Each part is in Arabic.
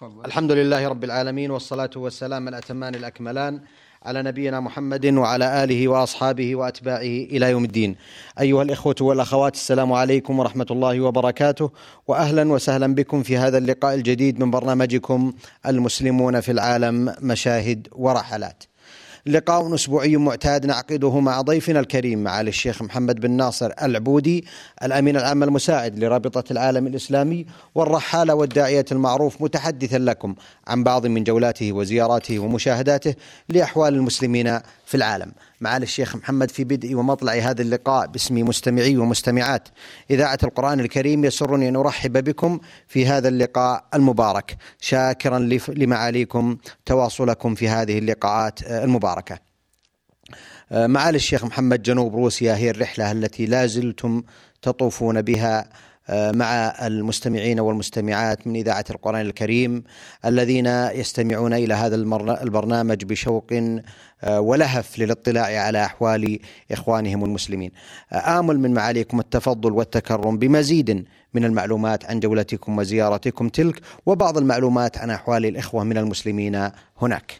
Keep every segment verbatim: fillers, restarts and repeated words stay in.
تفضل. الحمد لله رب العالمين، والصلاة والسلام الأتمان الأكملان على نبينا محمد وعلى آله وأصحابه وأتباعه إلى يوم الدين. أيها الإخوة والأخوات، السلام عليكم ورحمة الله وبركاته، وأهلا وسهلا بكم في هذا اللقاء الجديد من برنامجكم المسلمون في العالم مشاهد ورحلات. لقاء أسبوعي معتاد نعقده مع ضيفنا الكريم معالي الشيخ محمد بن ناصر العبودي، الأمين العام المساعد لرابطة العالم الإسلامي والرحالة والداعية المعروف، متحدثا لكم عن بعض من جولاته وزياراته ومشاهداته لأحوال المسلمين في العالم. معالي الشيخ محمد، في بدء ومطلع هذا اللقاء باسم مستمعي ومستمعات إذاعة القرآن الكريم يسرني أن أرحب بكم في هذا اللقاء المبارك، شاكرا لمعاليكم تواصلكم في هذه اللقاءات المباركة. معالي الشيخ محمد، جنوب روسيا هي الرحلة التي لا زلتم تطوفون بها مع المستمعين والمستمعات من إذاعة القرآن الكريم الذين يستمعون إلى هذا البرنامج بشوق ولهف للاطلاع على أحوال إخوانهم المسلمين. آمل من معاليكم التفضل والتكرم بمزيد من المعلومات عن جولتكم وزيارتكم تلك، وبعض المعلومات عن أحوال الإخوة من المسلمين هناك.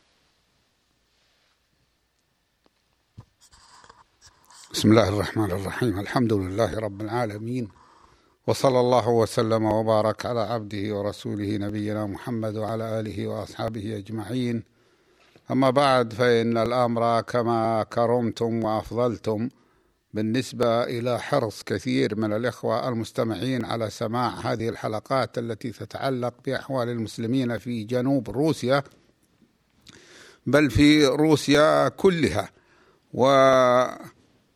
بسم الله الرحمن الرحيم. الحمد لله رب العالمين، وصلى الله وسلم وبارك على عبده ورسوله نبينا محمد وعلى آله وأصحابه أجمعين. أما بعد، فإن الأمر كما كرمتم وأفضلتم بالنسبة إلى حرص كثير من الإخوة المستمعين على سماع هذه الحلقات التي تتعلق بأحوال المسلمين في جنوب روسيا، بل في روسيا كلها. وفي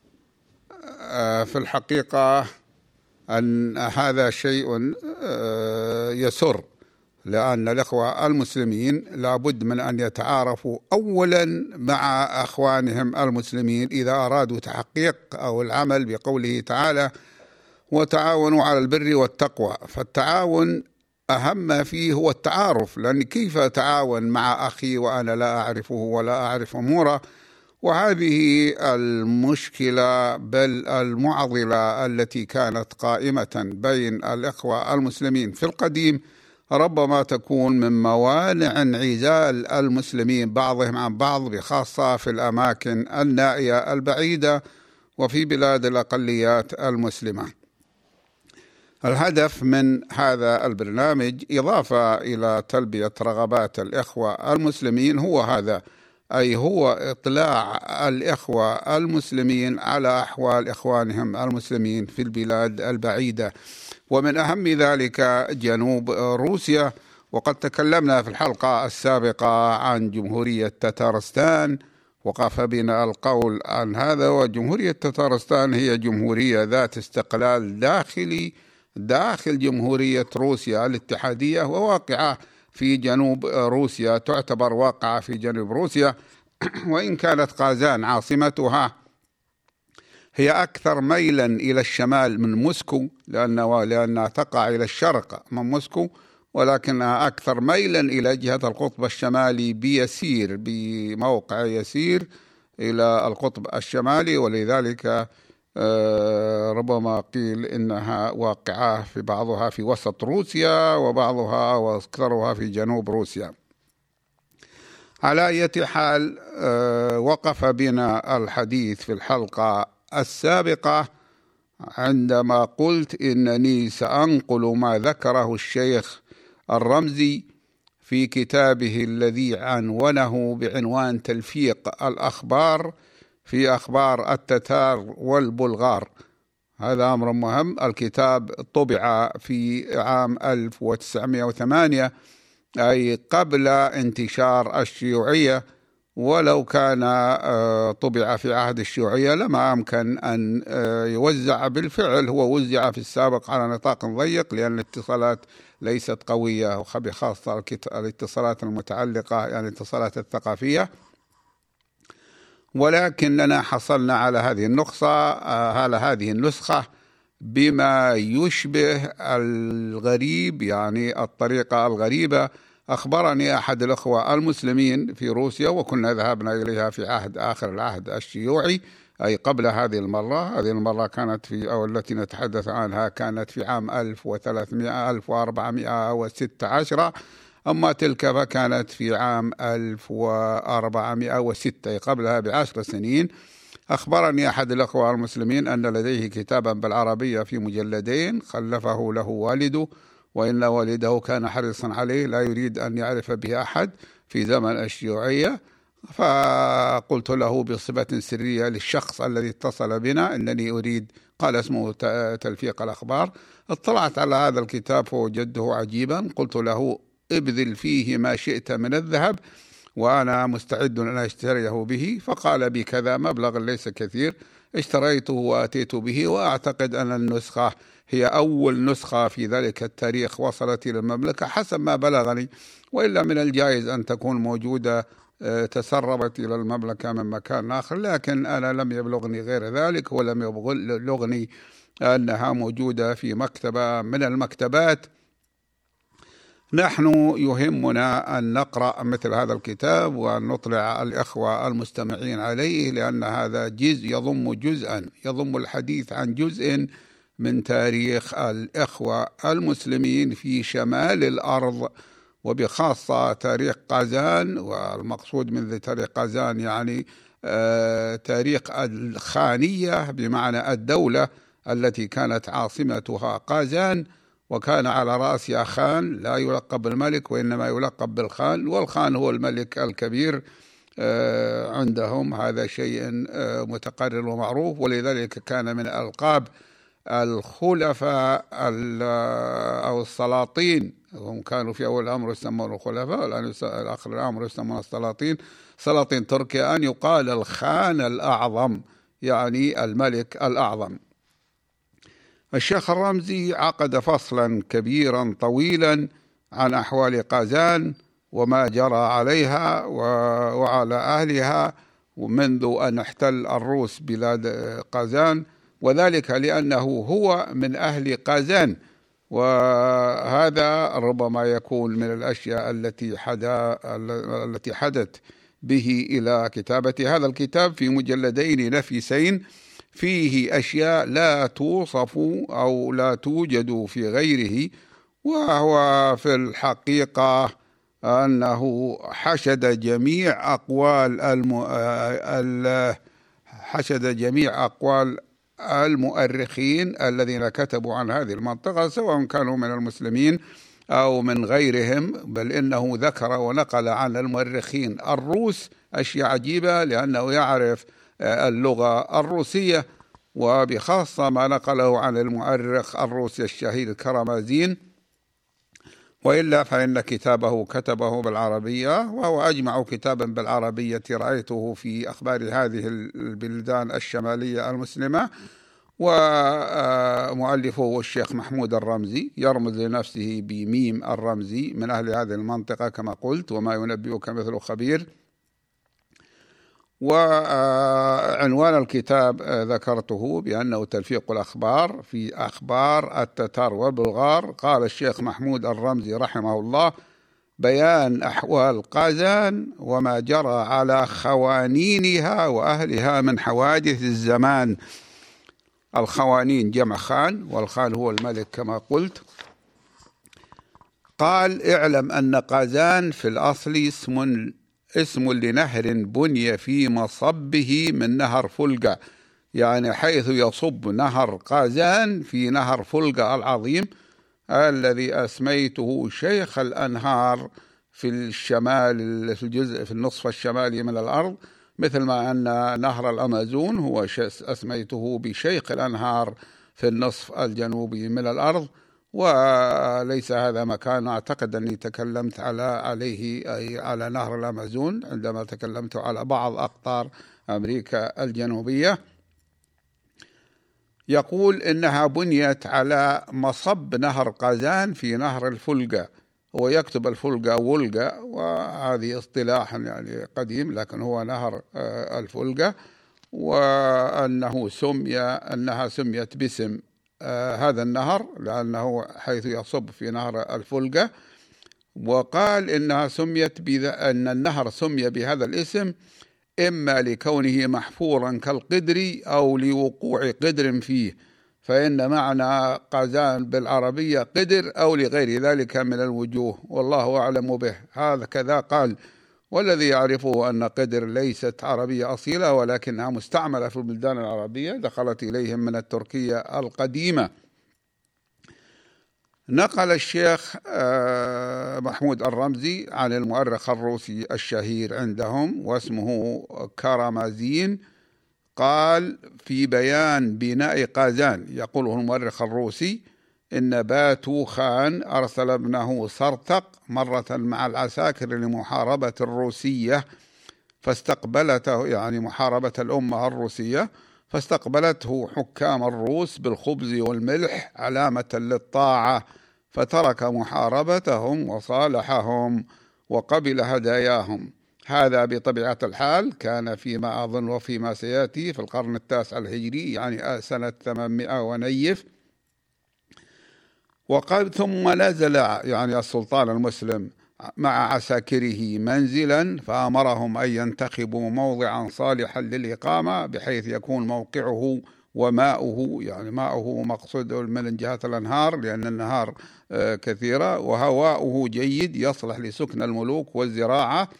الحقيقة أن هذا شيء يسر، لأن الإخوة المسلمين لابد من أن يتعارفوا أولا مع أخوانهم المسلمين إذا أرادوا تحقيق أو العمل بقوله تعالى: وتعاونوا على البر والتقوى. فالتعاون أهم ما فيه هو التعارف، لأن كيف أتعاون مع أخي وأنا لا أعرفه ولا أعرف أموره؟ وهذه المشكلة بل المعضلة التي كانت قائمة بين الإخوة المسلمين في القديم ربما تكون من موانع انعزال المسلمين بعضهم عن بعض، بخاصة في الأماكن النائية البعيدة وفي بلاد الأقليات المسلمة. الهدف من هذا البرنامج إضافة إلى تلبية رغبات الإخوة المسلمين هو هذا، أي هو إطلاع الإخوة المسلمين على أحوال إخوانهم المسلمين في البلاد البعيدة، ومن أهم ذلك جنوب روسيا. وقد تكلمنا في الحلقة السابقة عن جمهورية تتارستان، وقف بنا القول عن هذا. وجمهورية تتارستان هي جمهورية ذات استقلال داخلي داخل جمهورية روسيا الاتحادية، وواقعة في جنوب روسيا، تعتبر واقعة في جنوب روسيا. وإن كانت قازان عاصمتها، هي أكثر ميلا إلى الشمال من موسكو، لأنها, لأنها تقع إلى الشرق من موسكو، ولكنها أكثر ميلا إلى جهة القطب الشمالي بيسير، بموقع يسير إلى القطب الشمالي. ولذلك ربما قيل إنها واقعة في بعضها في وسط روسيا وبعضها وأكثرها في جنوب روسيا. على أي حال، وقف بنا الحديث في الحلقة السابقة عندما قلت إنني سأنقل ما ذكره الشيخ الرمزي في كتابه الذي عنونه بعنوان تلفيق الأخبار في أخبار التتار والبلغار. هذا أمر مهم. الكتاب طبع في عام ألف وتسعمائة وثمانية، أي قبل انتشار الشيوعية، ولو كان طبع في عهد الشيوعية لما أمكن أن يوزع. بالفعل هو وزع في السابق على نطاق ضيق، لأن الاتصالات ليست قوية، بخاصة الاتصالات المتعلقة يعني الاتصالات الثقافية. ولكننا حصلنا على هذه النسخة على هذه النسخة بما يشبه الغريب، يعني الطريقة الغريبة. أخبرني أحد الأخوة المسلمين في روسيا، وكنا ذهبنا إليها في عهد آخر العهد الشيوعي، أي قبل هذه المرة. هذه المرة كانت في أو التي نتحدث عنها كانت في عام ألف وثلاثمائة ألف وأربعمائة وستة عشر، أما تلك فكانت في عام ألف وأربعمائة وستة، قبلها بعشر سنين. أخبرني أحد الأخوة المسلمين أن لديه كتابا بالعربية في مجلدين خلفه له والده، وإن والده كان حريصا عليه، لا يريد أن يعرف به أحد في زمن الشيوعية. فقلت له بصفة سرية للشخص الذي اتصل بنا أنني أريد، قال اسمه تلفيق الأخبار. اطلعت على هذا الكتاب فوجدته عجيبا، قلت له ابذل فيه ما شئت من الذهب وأنا مستعد أن أشتريه به. فقال بكذا مبلغ ليس كثير، اشتريته وأتيت به، وأعتقد أن النسخة هي أول نسخة في ذلك التاريخ وصلت إلى المملكة حسب ما بلغني، وإلا من الجائز أن تكون موجودة تسربت إلى المملكة من مكان آخر، لكن أنا لم يبلغني غير ذلك، ولم يبلغني أنها موجودة في مكتبة من المكتبات. نحن يهمنا أن نقرأ مثل هذا الكتاب وأن نطلع الإخوة المستمعين عليه، لأن هذا جزء يضم جزءا يضم الحديث عن جزء من تاريخ الإخوة المسلمين في شمال الأرض، وبخاصة تاريخ قازان. والمقصود من تاريخ قازان يعني آه تاريخ الخانية، بمعنى الدولة التي كانت عاصمتها قازان، وكان على رأسها خان لا يلقب بالملك وإنما يلقب بالخان، والخان هو الملك الكبير آه عندهم. هذا شيء آه متقرر ومعروف، ولذلك كان من ألقاب الخلفاء أو السلاطين. هم كانوا في أول الأمر يسمون الخلفاء، والآن آخر الأمر يسمون السلاطين. سلاطين تركيا أن يقال الخان الأعظم، يعني الملك الأعظم. الشيخ الرمزي عقد فصلا كبيرا طويلا عن أحوال قازان وما جرى عليها وعلى أهلها ومنذ أن احتل الروس بلاد قازان، وذلك لأنه هو من أهل قازان. وهذا ربما يكون من الأشياء التي حدا التي حدث به إلى كتابة هذا الكتاب في مجلدين نفيسين، فيه أشياء لا توصف أو لا توجد في غيره. وهو في الحقيقة أنه حشد جميع أقوال الم... حشد جميع أقوال المؤرخين الذين كتبوا عن هذه المنطقة، سواء كانوا من المسلمين أو من غيرهم. بل إنه ذكر ونقل عن المؤرخين الروس أشياء عجيبة، لأنه يعرف اللغة الروسية، وبخاصة ما نقله عن المؤرخ الروسي الشهير كرامازين. وإلا فإن كتابه كتبه بالعربية، وهو أجمع كتابا بالعربية رأيته في أخبار هذه البلدان الشمالية المسلمة. ومؤلفه الشيخ محمود الرمزي يرمز لنفسه بميم الرمزي، من أهل هذه المنطقة كما قلت، وما ينبئك مثل خبير. وعنوان الكتاب ذكرته بأنه تلفيق الأخبار في أخبار التتار والبلغار. قال الشيخ محمود الرمزي رحمه الله: بيان أحوال قازان وما جرى على خوانينها وأهلها من حوادث الزمان. الخوانين جمع خان، والخان هو الملك كما قلت. قال: اعلم أن قازان في الأصل اسم اسم لنهر بني في مصبه من نهر فلقة، يعني حيث يصب نهر قازان في نهر فلقة العظيم الذي أسميته شيخ الأنهار في الشمال، في الجزء في النصف الشمالي من الأرض، مثل ما أن نهر الأمازون هو أسميته بشيخ الأنهار في النصف الجنوبي من الأرض. وليس هذا مكان، أعتقد أني تكلمت على عليه أي على نهر الأمازون عندما تكلمت على بعض أقطار أمريكا الجنوبية. يقول إنها بنيت على مصب نهر قازان في نهر الفلقة، ويكتب الفلقة ولقة، وهذه اصطلاح يعني قديم، لكن هو نهر الفلقة. وأنه سمي أنها سميت باسم آه هذا النهر لأنه حيث يصب في نهر الفلقة. وقال إنها سميت بذا أن النهر سمي بهذا الاسم إما لكونه محفورا كالقدر أو لوقوع قدر فيه، فإن معنى قازان بالعربية قدر أو لغير ذلك من الوجوه، والله أعلم به. هذا كذا قال. والذي يعرفه أن قدر ليست عربية أصيلة، ولكنها مستعملة في البلدان العربية، دخلت إليهم من التركية القديمة. نقل الشيخ محمود الرمزي عن المؤرخ الروسي الشهير عندهم واسمه كارامازين، قال في بيان بناء قازان، يقوله المؤرخ الروسي: إن باتو خان أرسل ابنه سرتق مرة مع العساكر لمحاربة الروسية، فاستقبلته، يعني محاربة الأمة الروسية، فاستقبلته حكام الروس بالخبز والملح علامة للطاعة، فترك محاربتهم وصالحهم وقبل هداياهم. هذا بطبيعة الحال كان فيما أظن وفيما سيأتي في القرن التاسع الهجري، يعني سنة ثمانمائة ونيف. وقد ثم نزل يعني السلطان المسلم مع عساكره منزلا، فأمرهم أن ينتخبوا موضعا صالحا للإقامة بحيث يكون موقعه وماؤه، يعني ماؤه مقصود من جهة الأنهار لأن النهار كثيرة، وهواؤه جيد يصلح لسكن الملوك والزراعة،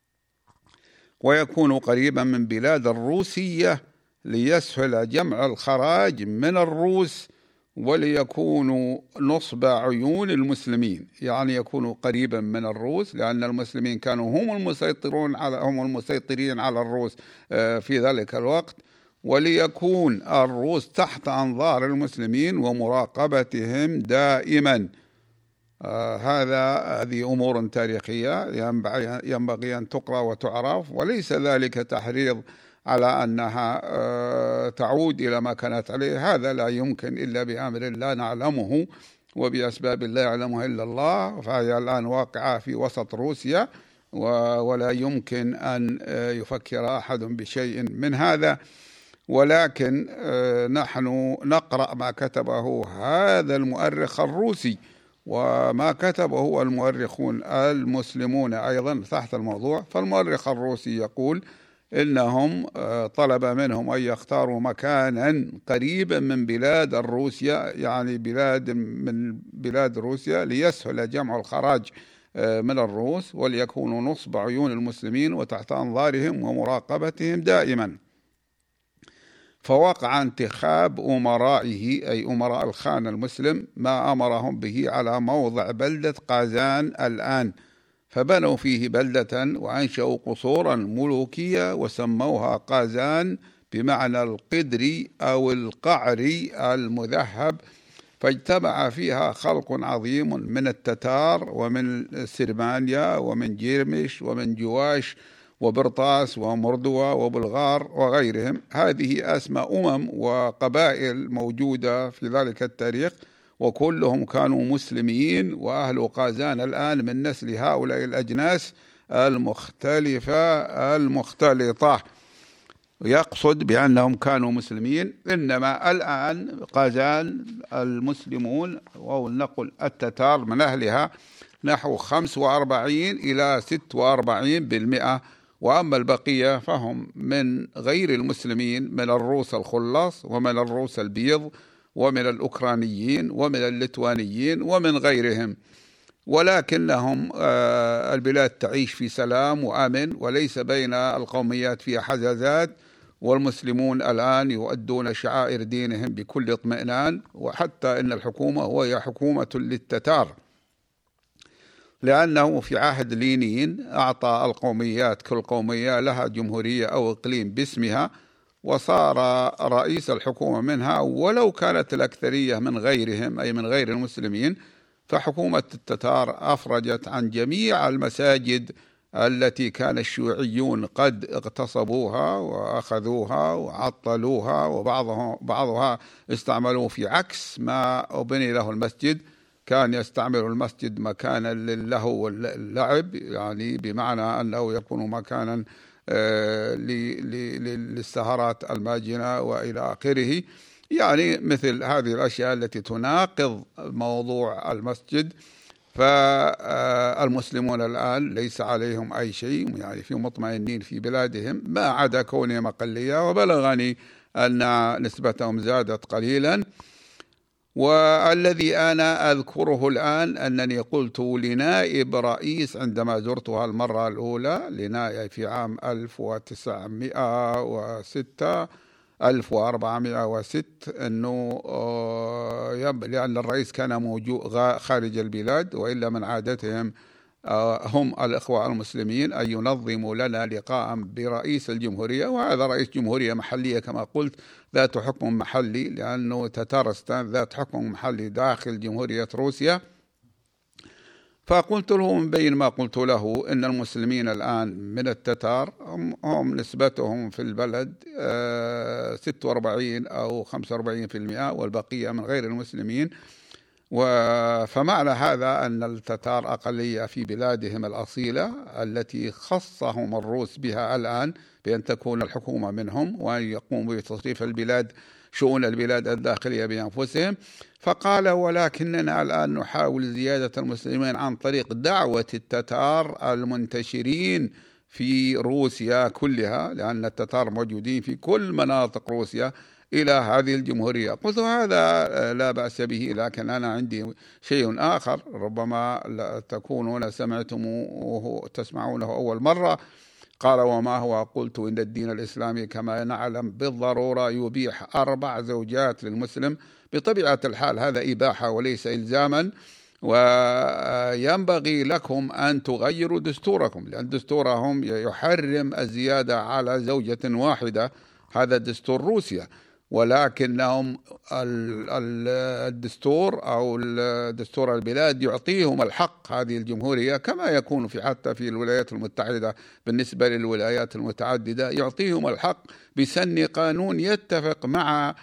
ويكون قريبا من بلاد الروسية ليسهل جمع الخراج من الروس، وليكونوا نصب عيون المسلمين، يعني يكونوا قريبا من الروس، لأن المسلمين كانوا هم المسيطرون على هم المسيطرين على الروس في ذلك الوقت، وليكون الروس تحت أنظار المسلمين ومراقبتهم دائما. آه هذا هذه أمور تاريخية ينبغي أن تقرأ وتعرف، وليس ذلك تحريض على أنها آه تعود إلى ما كانت عليه. هذا لا يمكن إلا بأمر لا نعلمه وبأسباب لا يعلمها إلا الله. فهي الآن واقعة في وسط روسيا، ولا يمكن أن يفكر أحد بشيء من هذا. ولكن آه نحن نقرأ ما كتبه هذا المؤرخ الروسي وما كتبه المؤرخون المسلمون أيضا تحت الموضوع. فالمؤرخ الروسي يقول إنهم طلب منهم أن يختاروا مكانا قريبا من بلاد الروسيا، يعني بلاد من بلاد روسيا، ليسهل جمع الخراج من الروس، وليكونوا نصب عيون المسلمين وتحت أنظارهم ومراقبتهم دائما. فوقع انتخاب أمرائه أي أمراء الخان المسلم ما أمرهم به على موضع بلدة قازان الآن، فبنوا فيه بلدة وأنشأوا قصورا ملوكية وسموها قازان بمعنى القدري أو القعري المذهب. فاجتمع فيها خلق عظيم من التتار ومن سرمانيا ومن جيرمش ومن جواش وبرطاس ومردوى وبلغار وغيرهم. هذه أسماء أمم وقبائل موجودة في ذلك التاريخ، وكلهم كانوا مسلمين، وأهل قازان الآن من نسل هؤلاء الأجناس المختلفة المختلطة. يقصد بأنهم كانوا مسلمين، إنما الآن قازان المسلمون ولنقل التتار من أهلها نحو خمسة وأربعين إلى ستة وأربعين بالمئة، وأما البقية فهم من غير المسلمين، من الروس الخلص ومن الروس البيض ومن الأوكرانيين ومن الليتوانيين ومن غيرهم. ولكنهم البلاد تعيش في سلام وأمن، وليس بين القوميات فيها حزازات، والمسلمون الآن يؤدون شعائر دينهم بكل اطمئنان، وحتى إن الحكومة وهي حكومة للتتار، لأنه في عهد لينين أعطى القوميات كل قومية لها جمهورية أو إقليم باسمها، وصار رئيس الحكومة منها ولو كانت الأكثرية من غيرهم أي من غير المسلمين. فحكومة التتار أفرجت عن جميع المساجد التي كان الشيوعيون قد اغتصبوها وأخذوها وعطلوها، وبعضها بعضها استعملوه في عكس ما بني له المسجد. كان يستعمل المسجد مكانا للهو واللعب، يعني بمعنى أنه يكون مكانا للسهرات الماجنة وإلى آخره، يعني مثل هذه الأشياء التي تناقض موضوع المسجد. فالمسلمون الآن ليس عليهم أي شيء، يعني في مطمئنين في بلادهم ما عدا كونهم أقلية، وبلغني أن نسبتهم زادت قليلا. والذي أنا أذكره الآن أنني قلت لنائب رئيس عندما زرتها المرة الأولى، لنائب في عام ألف وتسعمائة وستة ألف وأربعمائة وستة، أنه لأن الرئيس كان موجود خارج البلاد، وإلا من عادتهم هم الإخوة المسلمين أن ينظموا لنا لقاء برئيس الجمهورية، وهذا رئيس جمهورية محلية كما قلت ذات حكم محلي، لأنه تتارستان ذات حكم محلي داخل جمهورية روسيا. فقلت له من بين ما قلت له إن المسلمين الآن من التتار هم نسبتهم في البلد ستة وأربعين أو خمسة وأربعين بالمئة، والبقية من غير المسلمين. فمعنى هذا أن التتار أقلية في بلادهم الأصيلة التي خصهم الروس بها الآن بأن تكون الحكومة منهم وأن يقوموا بتصريف البلاد شؤون البلاد الداخلية بأنفسهم. فقال ولكننا الآن نحاول زيادة المسلمين عن طريق دعوة التتار المنتشرين في روسيا كلها، لأن التتار موجودين في كل مناطق روسيا، إلى هذه الجمهورية. قلت هذا لا بأس به، لكن أنا عندي شيء آخر ربما تكونون سمعتموه تسمعونه أول مرة. قال وما هو؟ قلت إن الدين الإسلامي كما نعلم بالضرورة يبيح أربع زوجات للمسلم. بطبيعة الحال هذا إباحة وليس إلزاما، وينبغي لكم أن تغيروا دستوركم، لأن دستورهم يحرم الزيادة على زوجة واحدة، هذا دستور روسيا. ولكنهم الدستور أو دستور البلاد يعطيهم الحق، هذه الجمهورية كما يكون في حتى في الولايات المتحدة بالنسبة للولايات المتعددة، يعطيهم الحق بسن قانون يتفق مع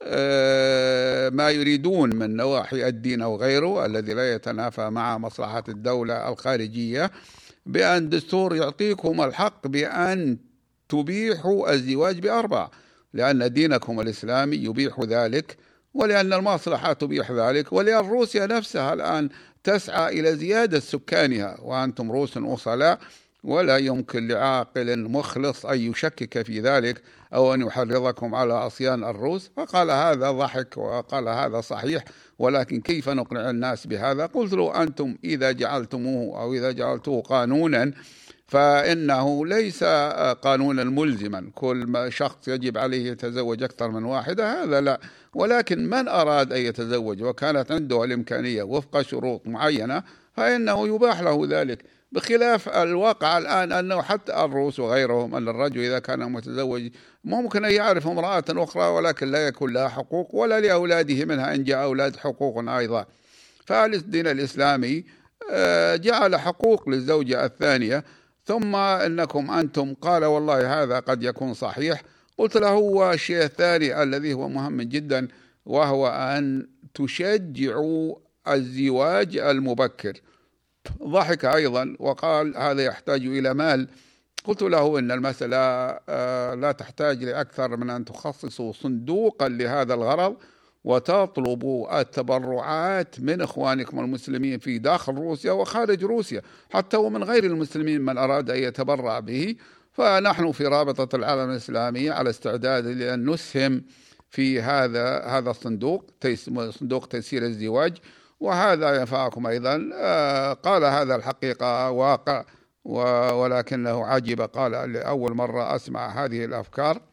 ما يريدون من نواحي الدين أو غيره الذي لا يتنافى مع مصلحة الدولة الخارجية، بأن دستور يعطيكم الحق بأن تبيحوا الزواج بأربع، لأن دينكم الإسلامي يبيح ذلك، ولأن المصلحة تبيح ذلك، ولأن روسيا نفسها الآن تسعى إلى زيادة سكانها، وأنتم روس أصلاء، ولا يمكن لعاقل مخلص أن يشكك في ذلك أو أن يحرضكم على عصيان الروس. فقال هذا ضحك وقال هذا صحيح، ولكن كيف نقنع الناس بهذا؟ قلت له أنتم إذا جعلتموه أو إذا جعلتوه قانونا فإنه ليس قانونا ملزما، كل شخص يجب عليه يتزوج أكثر من واحدة، هذا لا. ولكن من أراد أن يتزوج وكانت عنده الإمكانية وفق شروط معينة فإنه يباح له ذلك، بخلاف الواقع الآن أنه حتى الروس وغيرهم أن الرجل إذا كان متزوج ممكن أن يعرف امرأة أخرى ولكن لا يكون لها حقوق، ولا لأولاده منها إن جاء أولاد حقوق أيضا. فالدين الإسلامي جعل حقوق للزوجة الثانية. ثم إنكم أنتم، قال والله هذا قد يكون صحيح. قلت له هو الشيء الثاني الذي هو مهم جدا، وهو أن تشجعوا الزواج المبكر. ضحك أيضا وقال هذا يحتاج إلى مال. قلت له إن المسألة لا تحتاج لأكثر من أن تخصصوا صندوقا لهذا الغرض وتطلبوا التبرعات من إخوانكم المسلمين في داخل روسيا وخارج روسيا، حتى ومن غير المسلمين من أراد أن يتبرع به. فنحن في رابطة العالم الإسلامي على استعداد لأن نسهم في هذا هذا الصندوق، صندوق تيسير الزواج، وهذا ينفعكم أيضا. قال هذا الحقيقة واقع، ولكنه عجب، قال لأول مرة أسمع هذه الأفكار.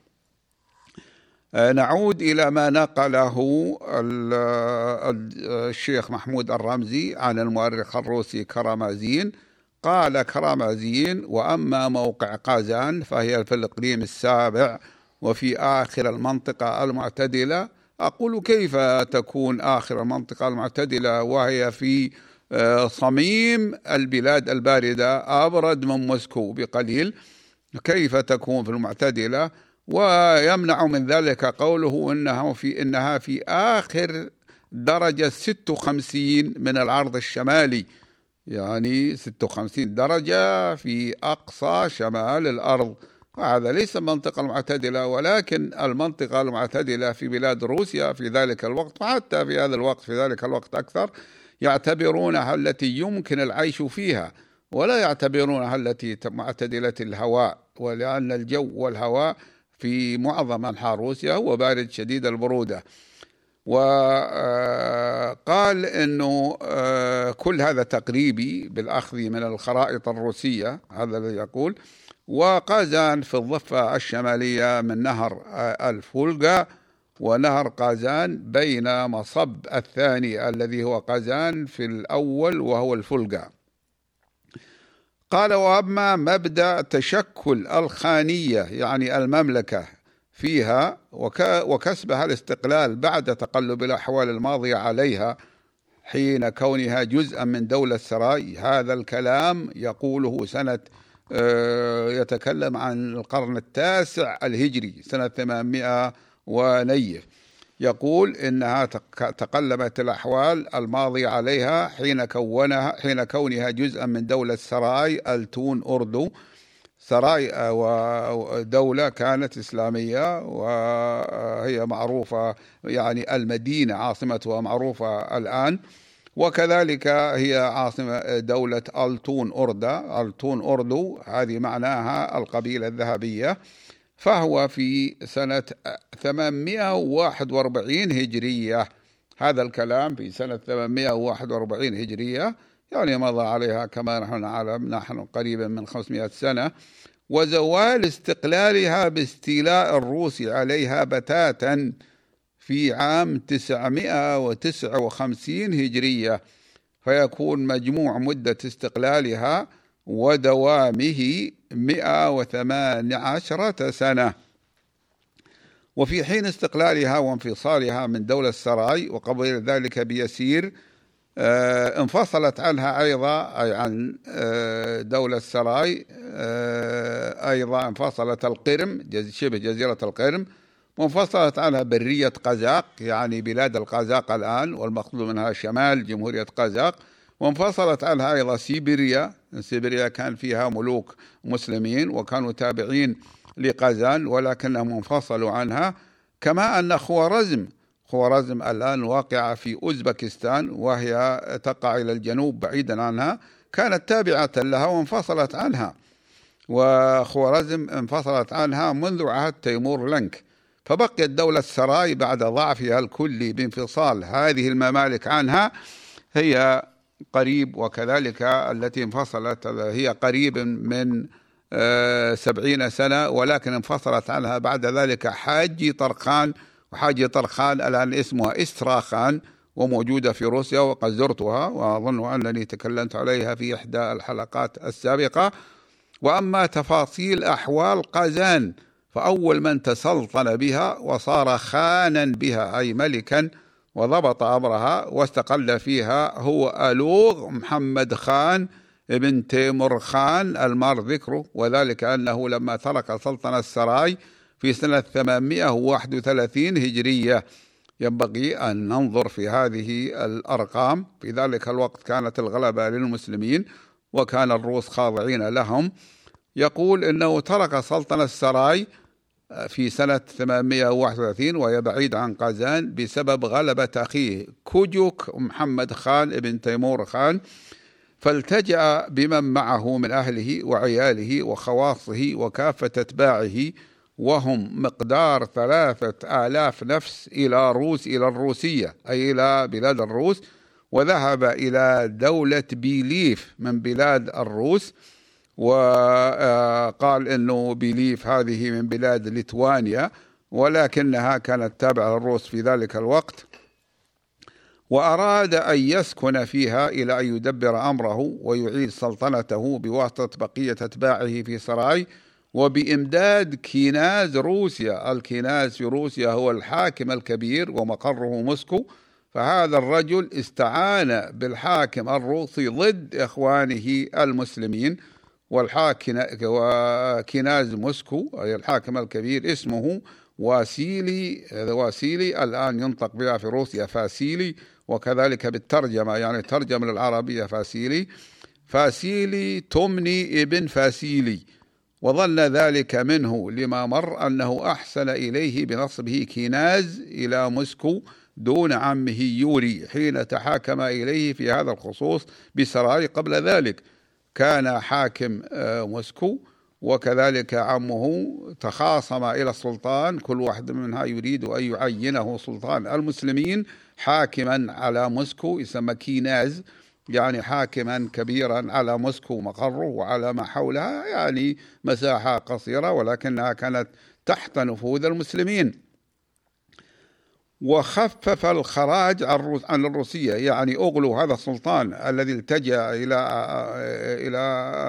نعود إلى ما نقله الشيخ محمود الرمزي عن المؤرخ الروسي كرامازين. قال كرامازين: وأما موقع قازان فهي في الإقليم السابع وفي آخر المنطقة المعتدلة. أقول كيف تكون آخر المنطقة المعتدلة وهي في صميم البلاد الباردة أبرد من موسكو بقليل؟ كيف تكون في المعتدلة؟ ويمنع من ذلك قوله إنها في إنها في آخر درجة ستة وخمسين من العرض الشمالي، يعني ستة وخمسين درجة في أقصى شمال الأرض. وهذا ليس المنطقة المعتدلة، ولكن المنطقة المعتدلة في بلاد روسيا في ذلك الوقت، وحتى في هذا الوقت في ذلك الوقت أكثر، يعتبرونها التي يمكن العيش فيها، ولا يعتبرونها التي معتدلة الهواء، ولأن الجو والهواء في معظم أنحاء روسيا هو بارد شديد البرودة. وقال أنه كل هذا تقريبي بالأخذ من الخرائط الروسية، هذا الذي يقول. وقازان في الضفة الشمالية من نهر الفولغا ونهر قازان بين مصب الثاني الذي هو قازان في الأول وهو الفولغا. قال: وأما مبدأ تشكل الخانية يعني المملكة فيها وكسبها الاستقلال بعد تقلب الأحوال الماضية عليها حين كونها جزءا من دولة سراي، هذا الكلام يقوله سنة يتكلم عن القرن التاسع الهجري سنة ثمانمائة ونيف. يقول إنها تقلبت الأحوال الماضية عليها حين كونها حين كونها جزءا من دولة سراي التون أردو. سراي ودولة كانت إسلامية وهي معروفة، يعني المدينة عاصمتها معروفة الآن، وكذلك هي عاصمة دولة التون أردا. التون أردو هذه معناها القبيلة الذهبية. فهو في سنة ثمانمائة وواحد وأربعين هجرية، هذا الكلام في سنة ثمانمائة وواحد وأربعين هجرية، يعني مضى عليها كما نحن نعلم نحن قريبا من خمسمائة سنة. وزوال استقلالها باستيلاء الروسي عليها بتاتا في عام تسعمائة وتسعة وخمسين هجرية، فيكون مجموع مدة استقلالها ودوامه مئة وثمان عشرة سنة. وفي حين استقلالها وانفصالها من دولة سراي وقبل ذلك بيسير آه انفصلت عنها أيضا، أي عن آه دولة سراي آه أيضا انفصلت القرم، شبه جزيرة القرم، وانفصلت عنها برية قزاق يعني بلاد القزاق الآن، والمقصود منها شمال جمهورية قزاق. وانفصلت عنها أيضا سيبيريا. سيبيريا كان فيها ملوك مسلمين وكانوا تابعين لقازان ولكنهم انفصلوا عنها. كما أن خوارزم خوارزم الآن واقعة في أوزبكستان وهي تقع إلى الجنوب بعيدا عنها، كانت تابعة لها وانفصلت عنها. وخوارزم انفصلت عنها منذ عهد تيمور لنك، فبقيت دولة سراي بعد ضعفها الكلي بانفصال هذه الممالك عنها هي قريب، وكذلك التي انفصلت هي قريب من سبعين سنة، ولكن انفصلت عنها بعد ذلك حاجي طرخان. وحاجي طرخان الآن اسمها استراخان وموجودة في روسيا وقد زرتها وأظن أنني تكلمت عليها في إحدى الحلقات السابقة. وأما تفاصيل أحوال قازان فأول من تسلطن بها وصار خانا بها أي ملكا وضبط أمرها واستقل فيها هو ألوغ محمد خان ابن تيمور خان المار ذكره، وذلك أنه لما ترك سلطنة السراي في سنة ثمانمائة وواحد وثلاثين هجرية. ينبغي أن ننظر في هذه الأرقام. في ذلك الوقت كانت الغلبة للمسلمين وكان الروس خاضعين لهم. يقول إنه ترك سلطنة السراي في سنة ثمانمائة وواحد وثلاثين وهي بعيد عن قازان بسبب غلبة أخيه كوجوك محمد خان ابن تيمور خان، فالتجأ بمن معه من أهله وعياله وخواصه وكافة أتباعه وهم مقدار ثلاثة آلاف نفس إلى روس إلى الروسية أي إلى بلاد الروس، وذهب إلى دولة بيليف من بلاد الروس. وقال إنه بيليف هذه من بلاد ليتوانيا ولكنها كانت تابعة للروس في ذلك الوقت، وأراد أن يسكن فيها إلى أن يدبر أمره ويعيد سلطنته بواسطة بقية أتباعه في سراي وبإمداد كيناز روسيا. الكيناز في روسيا هو الحاكم الكبير ومقره موسكو، فهذا الرجل استعان بالحاكم الروسي ضد إخوانه المسلمين. والحاكم وكيناز موسكو أي الحاكم الكبير اسمه واسيلي واسيلي الآن ينطق بها في روسيا فاسيلي، وكذلك بالترجمة يعني ترجم للعربية فاسيلي فاسيلي تومني ابن فاسيلي. وظن ذلك منه لما مر أنه أحسن إليه بنصبه كيناز إلى موسكو دون عمه يوري حين تحاكم إليه في هذا الخصوص بسراي. قبل ذلك كان حاكم موسكو وكذلك عمه تخاصم إلى السلطان، كل واحد منها يريد أن يعينه سلطان المسلمين حاكما على موسكو، يسمى كيناز، يعني حاكما كبيرا على موسكو مقره وعلى ما حولها، يعني مساحة قصيرة ولكنها كانت تحت نفوذ المسلمين. وخفف الخراج عن الروسية، يعني أغلو هذا السلطان الذي التجأ إلى إلى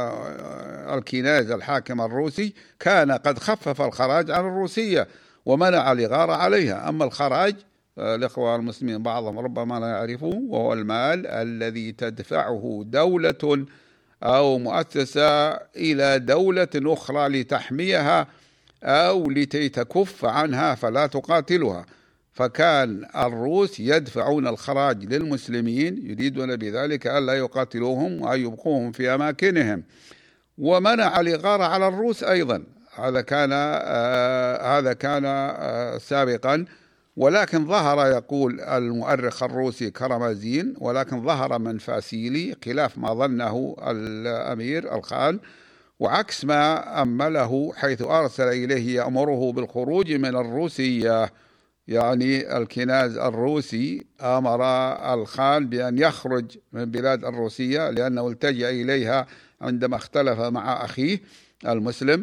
الكيناز الحاكم الروسي، كان قد خفف الخراج عن الروسية ومنع الإغارة عليها. أما الخراج الإخوة المسلمين بعضهم ربما لا يعرفوا، وهو المال الذي تدفعه دولة أو مؤسسة إلى دولة أخرى لتحميها أو لكي تكف عنها فلا تقاتلها. فكان الروس يدفعون الخراج للمسلمين يريدون بذلك ألا يقاتلوهم وأن يبقوهم في أماكنهم، ومنع الإغارة على الروس أيضا. هذا كان آه هذا كان آه سابقا، ولكن ظهر، يقول المؤرخ الروسي كرامازين، ولكن ظهر من فاسيلي خلاف ما ظنه الأمير الخان، وعكس ما أمله، حيث أرسل إليه يأمره بالخروج من الروسية. يعني الكناز الروسي أمر الخان بأن يخرج من بلاد الروسية لأنه التجأ إليها عندما اختلف مع أخيه المسلم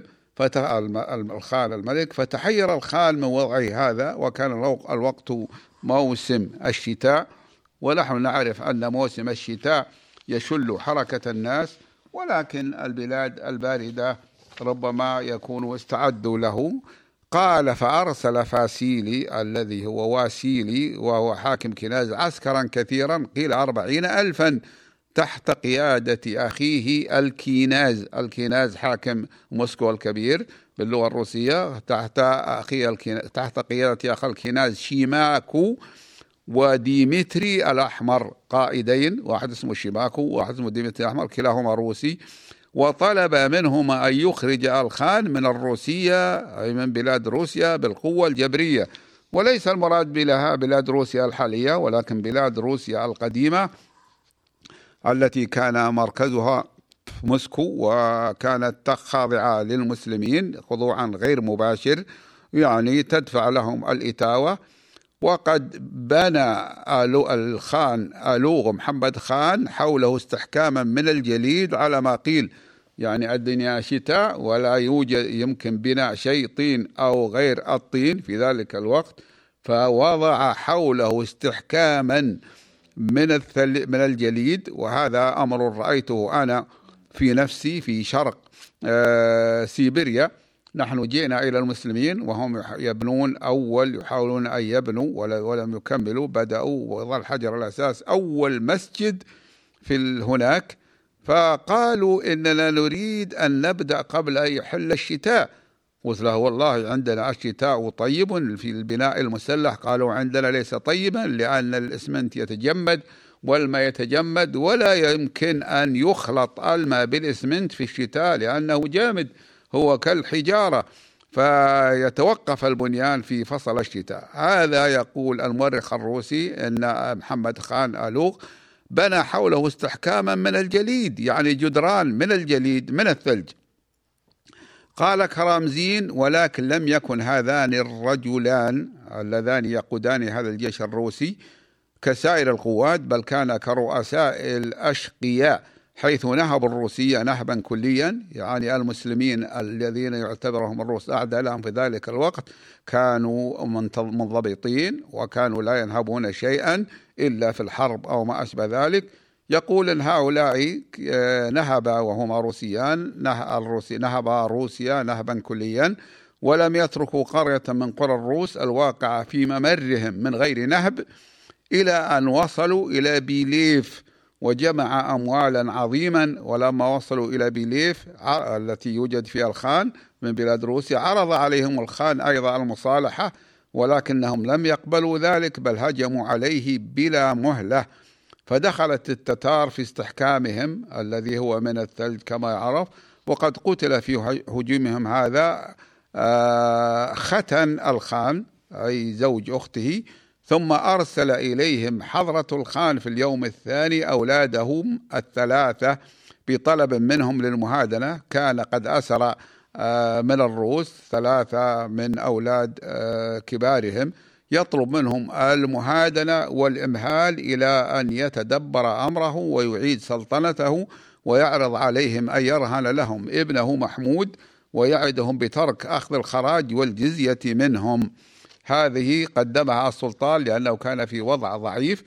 الخان الملك، فتحير الخان من وضعه هذا. وكان الوقت موسم الشتاء، ونحن نعرف أن موسم الشتاء يشل حركة الناس، ولكن البلاد الباردة ربما يكونوا استعدوا له. قال فأرسل فاسيلي الذي هو واسيلي وهو حاكم كناز عسكرا كثيرا، قيل أربعين ألفا، تحت قيادة أخيه الكيناز. الكيناز حاكم موسكو الكبير باللغة الروسية، تحت أخيه الكيناز، تحت قيادة أخ الكيناز شيماكو وديمتري الأحمر، قائدين، واحد اسمه شيماكو وواحد اسمه ديمتري الأحمر، كلاهما روسي. وطلب منهما أن يخرج الخان من الروسية، أي من بلاد روسيا، بالقوة الجبرية. وليس المراد بها بلاد روسيا الحالية، ولكن بلاد روسيا القديمة التي كان مركزها موسكو، وكانت خاضعة للمسلمين خضوعا غير مباشر، يعني تدفع لهم الإتاوة. وقد بنى الخان ألوغ محمد خان حوله استحكاما من الجليد على ما قيل، يعني الدنيا شتاء ولا يوجد يمكن بناء شيء طين أو غير الطين في ذلك الوقت، فوضع حوله استحكاما من الثل من الجليد. وهذا أمر رأيته أنا في نفسي في شرق آه سيبيريا. نحن جئنا إلى المسلمين وهم يبنون، أول يحاولون أن يبنوا ولم يكملوا، بدأوا وظل حجر الأساس أول مسجد في هناك، فقالوا إننا نريد أن نبدأ قبل أن يحل الشتاء. قلت له والله عندنا الشتاء طيب في البناء المسلح. قالوا عندنا ليس طيبا لأن الإسمنت يتجمد والماء يتجمد، ولا يمكن أن يخلط الماء بالإسمنت في الشتاء لأنه جامد، هو كالحجارة، فيتوقف البنيان في فصل الشتاء. هذا يقول المؤرخ الروسي أن محمد خان ألوغ بنى حوله استحكاما من الجليد، يعني جدران من الجليد من الثلج. قال كرامزين ولكن لم يكن هذان الرجلان اللذان يقودان هذا الجيش الروسي كسائر القوات، بل كان كرؤساء الأشقياء، حيث نهبوا الروسية نهبا كليا. يعني المسلمين الذين يعتبرهم الروس أعداء لهم في ذلك الوقت كانوا منضبطين، وكانوا لا ينهبون شيئا إلا في الحرب أو ما أشبه ذلك. يقول إن هؤلاء نهب وهما روسيان، نهب روسيا نهبا كليا، ولم يتركوا قرية من قرى الروس الواقعة في ممرهم من غير نهب، إلى أن وصلوا إلى بيليف وجمع أموالا عظيما. ولما وصلوا إلى بيليف التي يوجد فيها الخان من بلاد روسيا، عرض عليهم الخان أيضا المصالحة، ولكنهم لم يقبلوا ذلك، بل هجموا عليه بلا مهلة. فدخلت التتار في استحكامهم الذي هو من الثلج كما يعرف، وقد قتل في هجومهم هذا ختن الخان أي زوج أخته، ثم أرسل إليهم حضرة الخان في اليوم الثاني أولادهم الثلاثة بطلب منهم للمهادنة. كان قد أسر من الروس، ثلاثة من أولاد كبارهم، يطلب منهم المهادنة والإمهال إلى أن يتدبر أمره ويعيد سلطنته، ويعرض عليهم أن يرهن لهم ابنه محمود ويعدهم بترك أخذ الخراج والجزية منهم. هذه قدمها السلطان لأنه كان في وضع ضعيف،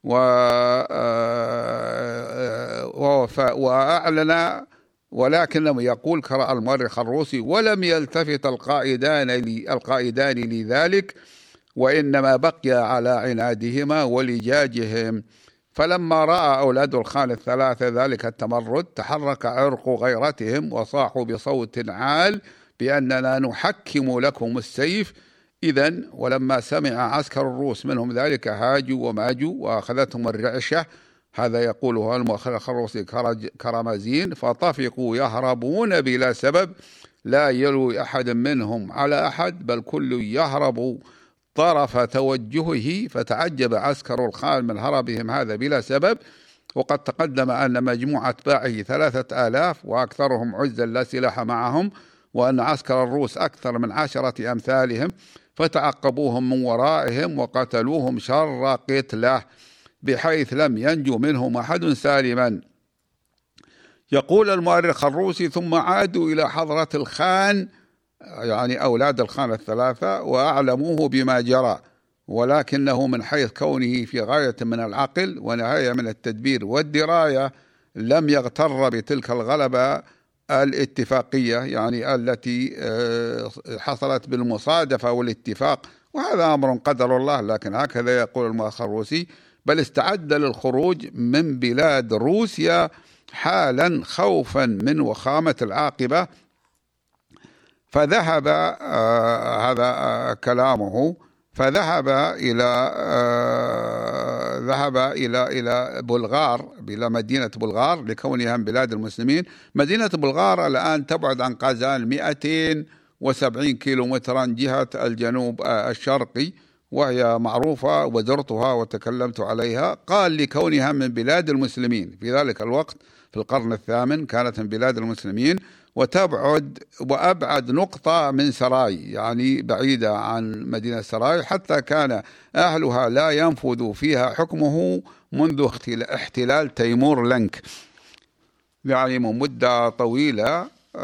وأعلن، ولكنه يقول قرأ المؤرخ الروسي: ولم يلتفت القائدان القائدان لذلك، وإنما بقي على عنادهما ولجاجهم. فلما رأى أولاد الخان الثلاثة ذلك التمرد تحرك عرق غيرتهم وصاحوا بصوت عال بأننا نحكم لكم السيف. إذن ولما سمع عسكر الروس منهم ذلك هاجوا وماجوا وأخذتهم الرعشة، هذا يقوله المؤرخ الروسي كرامازين، فطفقوا يهربون بلا سبب، لا يلوي أحد منهم على أحد، بل كل يهرب طرف توجهه. فتعجب عسكر الخان من هربهم هذا بلا سبب، وقد تقدم أن مجموع أتباعه ثلاثة آلاف وأكثرهم عزا لا سلاح معهم، وأن عسكر الروس أكثر من عشرة أمثالهم، فتعقبوهم من ورائهم وقتلوهم شر قتله، بحيث لم ينجو منهم أحد سالما. يقول المؤرخ الروسي: ثم عادوا إلى حضرة الخان، يعني أولاد الخان الثلاثة، وأعلموه بما جرى، ولكنه من حيث كونه في غاية من العقل ونهاية من التدبير والدراية لم يغتر بتلك الغلبة الاتفاقية، يعني التي حصلت بالمصادفة والاتفاق، وهذا أمر قدر الله. لكن هكذا يقول المؤرخ الروسي: بل استعد للخروج من بلاد روسيا حالا خوفا من وخامة العاقبة. فذهب آه هذا آه كلامه فذهب إلى آه ذهب إلى إلى بلغار، إلى مدينة بلغار، لكونها من بلاد المسلمين. مدينة بلغار الآن تبعد عن قازان مئتين وسبعين كيلو مترا جهة الجنوب آه الشرقي، وهي معروفة وزرتها وتكلمت عليها. قال: لكونها من بلاد المسلمين. في ذلك الوقت في القرن الثامن كانت من بلاد المسلمين، وتبعد وأبعد نقطة من سراي، يعني بعيدة عن مدينة سراي، حتى كان أهلها لا ينفذ فيها حكمه منذ احتلال تيمور لنك، يعني من مدة طويلة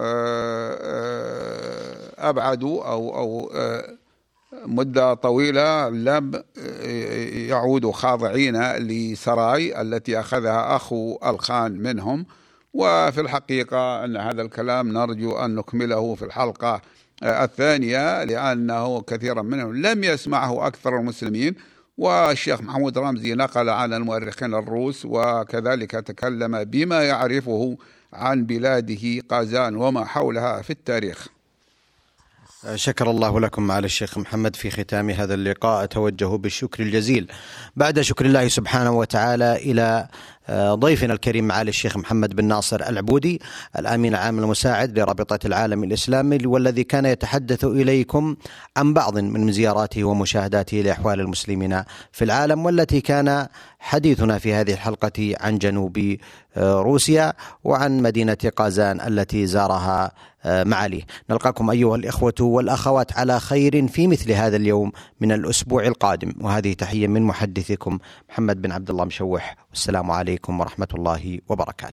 أبعدوا أو أو مدة طويلة لم يعودوا خاضعين لسراي التي أخذها أخو الخان منهم. وفي الحقيقة أن هذا الكلام نرجو أن نكمله في الحلقة الثانية، لأنه كثيرا منهم لم يسمعه أكثر المسلمين. والشيخ محمود رمزي نقل عن المؤرخين الروس، وكذلك تكلم بما يعرفه عن بلاده قازان وما حولها في التاريخ. شكر الله لكم معالي الشيخ محمد. في ختام هذا اللقاء أتوجه بالشكر الجزيل بعد شكر الله سبحانه وتعالى إلى ضيفنا الكريم معالي الشيخ محمد بن ناصر العبودي، الأمين العام المساعد لرابطة العالم الإسلامي، والذي كان يتحدث إليكم عن بعض من زياراته ومشاهداته لأحوال المسلمين في العالم، والتي كان حديثنا في هذه الحلقة عن جنوب روسيا وعن مدينة قازان التي زارها معاليه. نلقاكم أيها الإخوة والأخوات على خير في مثل هذا اليوم من الأسبوع القادم، وهذه تحية من محدثكم محمد بن عبد الله مشوح، والسلام عليكم ورحمة الله وبركاته.